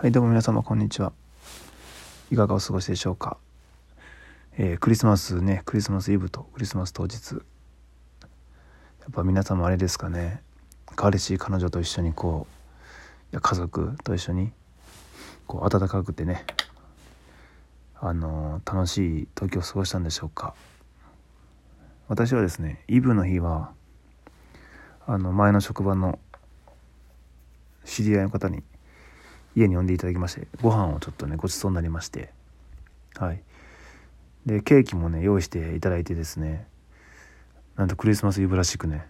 はい、どうも皆様こんにちは。いかがお過ごしでしょうか。クリスマスイブとクリスマス当日、やっぱ皆様あれですかね、彼氏彼女と一緒に家族と一緒に温かくてね、楽しい時を過ごしたんでしょうか。私はですね、イブの日は前の職場の知り合いの方に家に呼んでいただきまして、ご飯をちょっとねごちそうになりまして、はい。でケーキもね用意していただいてですね、なんとクリスマスイブらしくね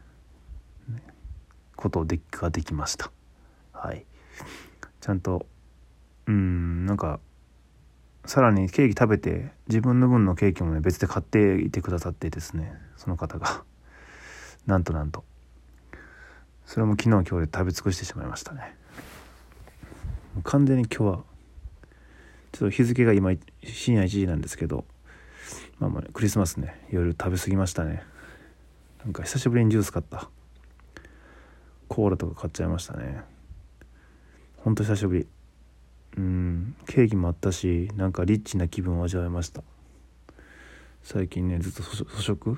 ができました。はい。ちゃんとなんかさらにケーキ食べて自分の分のケーキもね別で買っていてくださってですね、その方がなんとそれも昨日今日で食べ尽くしてしまいましたね。完全に今日はちょっと日付が今深夜1時なんですけど、クリスマスね夜食べ過ぎましたね。なんか久しぶりにジュース買った、コーラとか買っちゃいましたね。ほんと久しぶり。ケーキもあったし、なんかリッチな気分を味わいました。最近ねずっと粗食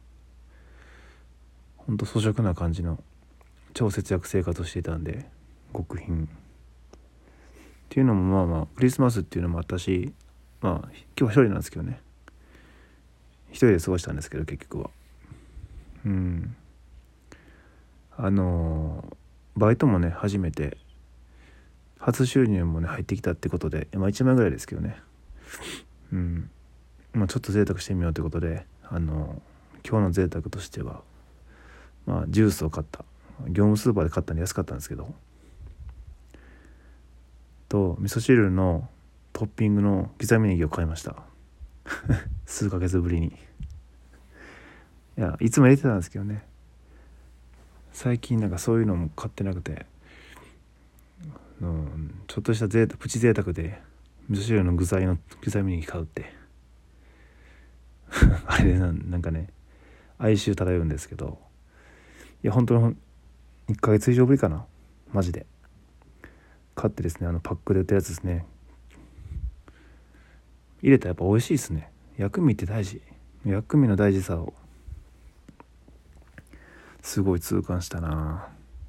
な感じの超節約生活をしていたんで、極貧っていうのもクリスマスっていうのもあったし、今日は一人なんですけどね、一人で過ごしたんですけど、結局はバイトもね初めて初収入もね入ってきたってことで、1万円ぐらいですけどね、ちょっと贅沢してみようということで、今日の贅沢としてはジュースを買った、業務スーパーで買ったんで安かったんですけど、と味噌汁のトッピングの刻みネギを買いました数ヶ月ぶりに。いつも入れてたんですけどね、最近なんかそういうのも買ってなくて、ちょっとしたプチ贅沢で味噌汁の具材の刻みネギ買うってあれでなんかね哀愁漂うんですけど、本当に1ヶ月以上ぶりかな、マジで買ってですね、パックで売ったやつですね、入れたらやっぱ美味しいですね。薬味って大事、薬味の大事さをすごい痛感したな。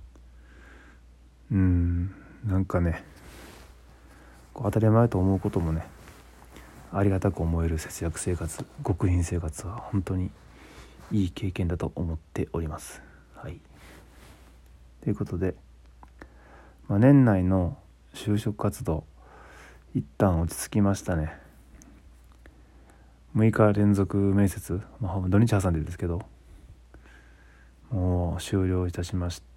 なんかね当たり前と思うこともねありがたく思える節約生活、極貧生活は本当にいい経験だと思っております。はい。ということで、年内の就職活動一旦落ち着きましたね。6日連続面接、土日挟んでですけどもう終了いたしまして、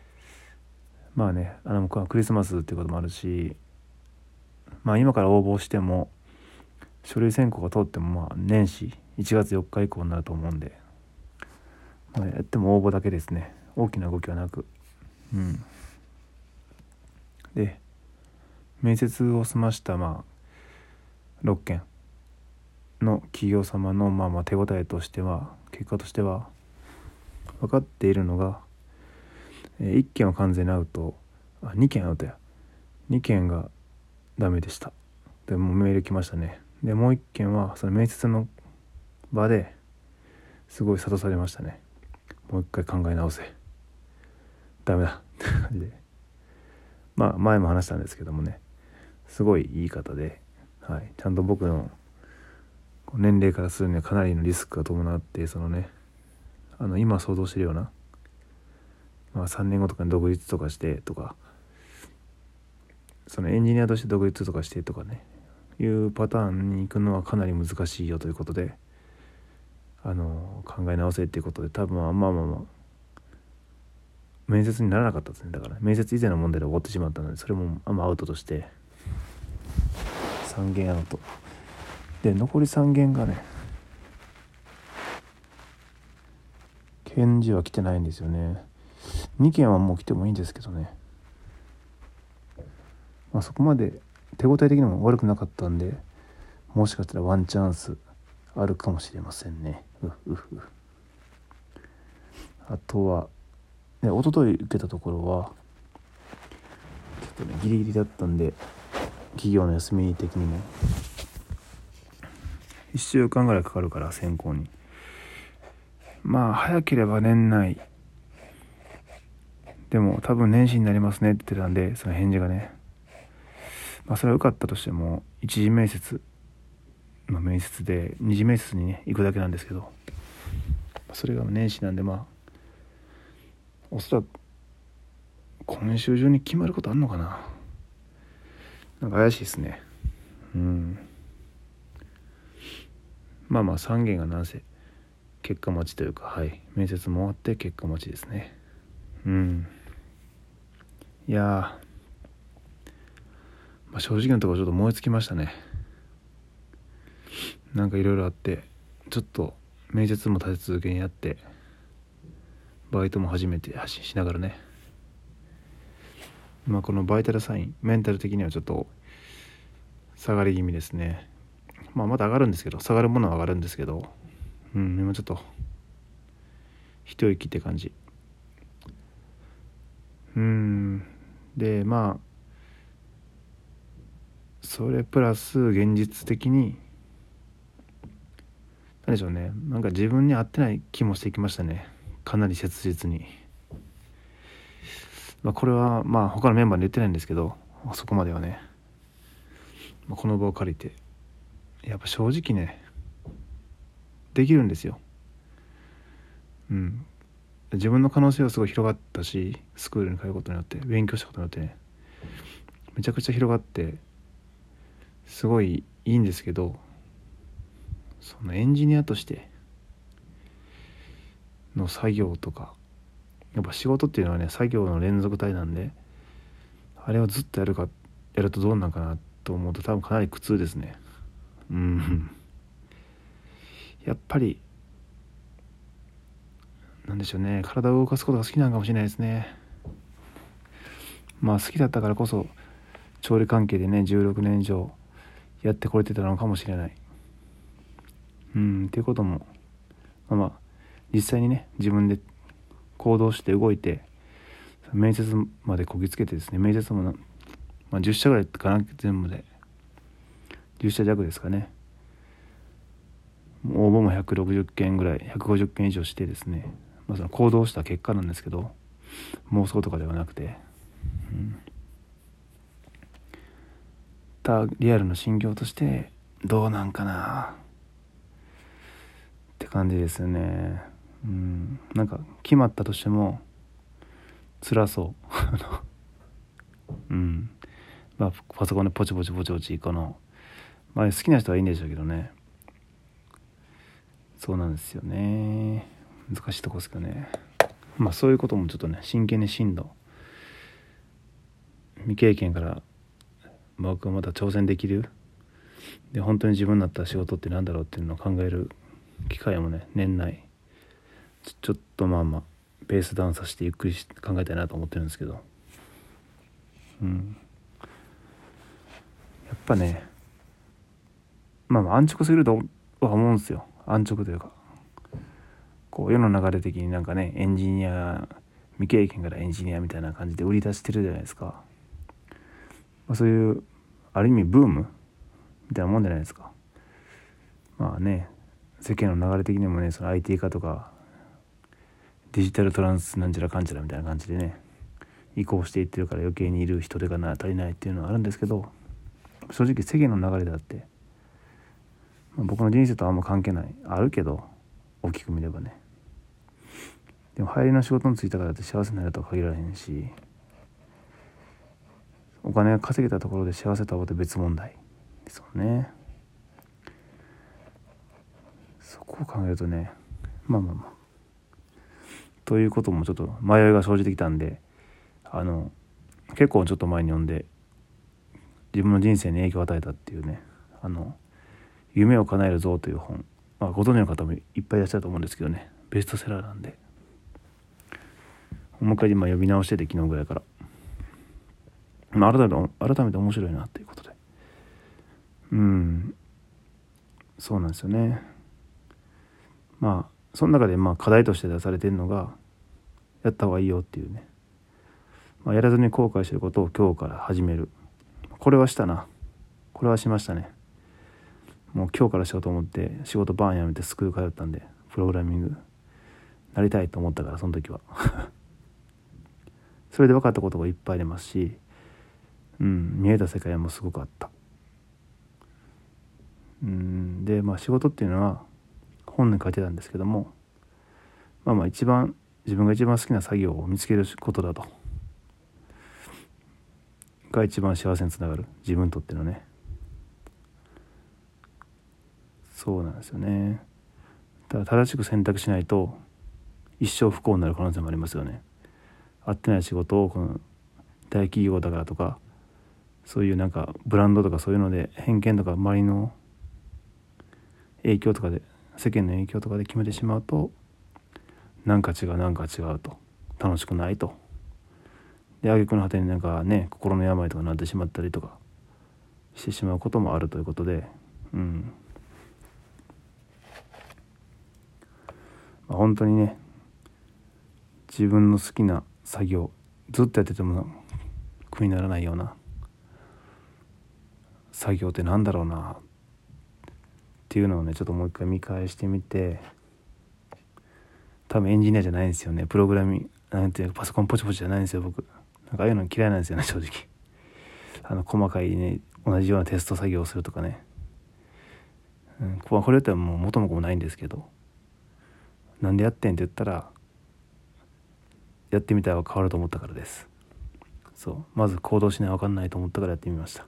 クリスマスっていうこともあるし、今から応募しても書類選考が通っても年始1月4日以降になると思うんで、やっても応募だけですね。大きな動きはなく、で面接を済ました6件の企業様の手応えとしては、結果としては分かっているのが、1件は完全にアウト、2件アウトや2件がダメでした。でもうメール来ましたね。でもう1件はその面接の場ですごい諭されましたね。もう一回考え直せ、ダメだって感じで、前も話したんですけどもね、すごい言い方で、ちゃんと僕の年齢からするにはかなりのリスクが伴って、今想像してるような、3年後とかに独立とかしてとか、そのエンジニアとして独立とかしてとかねいうパターンに行くのはかなり難しいよということで、考え直せっていうことで、多分面接にならなかったですね。だから面接以前の問題で終わってしまったので、それもアウトとして3件アウトで、残り3件がね返事は来てないんですよね。2件はもう来てもいいんですけどね、そこまで手応え的にも悪くなかったんで、もしかしたらワンチャンスあるかもしれませんね。あとは一昨日受けたところはちょっとねギリギリだったんで、企業の休み的にも1週間ぐらいかかるから選考に、まあ早ければ年内、でも多分年始になりますねって言ってたんで、その返事がね、まあそれは受かったとしても一次面接の面接で二次面接にね行くだけなんですけど、それが年始なんで、まあおそらく今週中に決まることあんのかな。なんか怪しいですね。まあまあ3件がなんせ結果待ちというか、はい面接も終わって結果待ちですね。いやまあ、正直なところちょっと燃え尽きましたね。なんかいろいろあって、ちょっと面接も立て続けにやって、バイトも初めて発信しながらね、まあこのバイタルサイン、メンタル的にはちょっと下がり気味ですね。まあまだ上がるんですけど、下がるものは上がるんですけど、今ちょっと一息って感じ。でまあそれプラス現実的に何でしょうね、なんか自分に合ってない気もしてきましたね、かなり切実に。まあこれはまあ他のメンバーに言ってないんですけど、そこまではね、この場を借りてやっぱ正直ねできるんですよ。自分の可能性はすごい広がったし、スクールに通うことによって、勉強したことによってね、めちゃくちゃ広がってすごいいいんですけど、そのエンジニアとしての作業とか、やっぱ仕事っていうのはね作業の連続体なんで、あれをずっとやるとどうなんかなと思うと多分かなり苦痛ですね。やっぱりなんでしょうね、体を動かすことが好きなのかもしれないですね。まあ好きだったからこそ調理関係でね16年以上やってこれてたのかもしれない。っていうこともまあ実際にね自分で行動して動いて面接までこぎつけてですね、面接も10社ぐらいかな、全部で10社弱ですかね。応募も160件ぐらい、150件以上してですね、その行動した結果なんですけど、妄想とかではなくて、リアルの心境としてどうなんかなって感じですよね。なんか決まったとしても辛そうパソコンでポチポチこの好きな人はいいんでしょうけどね、そうなんですよね、難しいとこですけどね。そういうこともちょっとね真剣に深度未経験から僕はまた挑戦できるで、本当に自分になった仕事ってなんだろうっていうのを考える機会もね年内ちょっとベースダウンさせてゆっくり考えたいなと思ってるんですけど、やっぱね安直すぎるとは思うんですよ。安直というかこう世の流れ的になんかねエンジニア未経験からエンジニアみたいな感じで売り出してるじゃないですか。そういうある意味ブームみたいなもんじゃないですか。世間の流れ的にもねその IT 化とかデジタルトランスなんちゃらかんちゃらみたいな感じでね移行していってるから余計にいる人手が足りないっていうのはあるんですけど、正直世間の流れであって、僕の人生とはあんま関係ない、あるけど大きく見ればね、でも流行りの仕事に就いたからって幸せになるとは限らへんし、お金が稼げたところで幸せとはまた別問題ですよね。そこを考えるとねということもちょっと迷いが生じてきたんで、結構ちょっと前に読んで自分の人生に影響を与えたっていうね、夢を叶える像という本、ご存知の方もいっぱいいらっしゃると思うんですけどね、ベストセラーなんでもう一回今読み直してて、昨日ぐらいから改めて面白いなっていうことで、そうなんですよね。その中で課題として出されてるのがやった方がいいよっていうね、 やらずに後悔してることを今日から始める。これはしたな。これはしましたね。もう今日からしようと思って仕事バーンやめてスクール通ったんで、プログラミングなりたいと思ったから、その時はそれで分かったことがいっぱいありますし、見えた世界もすごくあった。で仕事っていうのは本に書いてたんですけども、自分が一番好きな作業を見つけることだとが一番幸せにつながる、自分にとってのね。そうなんですよね。ただ正しく選択しないと一生不幸になる可能性もありますよね。合ってない仕事をこの大企業だからとか、そういうなんかブランドとかそういうので偏見とか周りの影響とかで、世間の影響とかで決めてしまうと、なんか違うと、楽しくないと、で挙句の果てになんかね、心の病とかになってしまったりとかしてしまうこともあるということで、本当にね、自分の好きな作業ずっとやってても苦にならないような作業ってなんだろうなっていうのをね、ちょっともう一回見返してみて、多分エンジニアじゃないんですよね。プログラミングなんていうパソコンポチポチじゃないんですよ、僕。なんかああいうの嫌いなんですよね、正直。細かいね、同じようなテスト作業をするとかね。これってもう元も子もないんですけど、なんでやってんって言ったら、やってみたら変わると思ったからです。まず行動しないと分かんないと思ったからやってみました。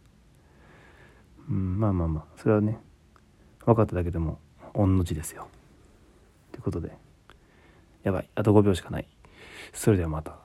それはね、分かっただけでも御の字ですよ。ということで、やばい、あと5秒しかない。それではまた。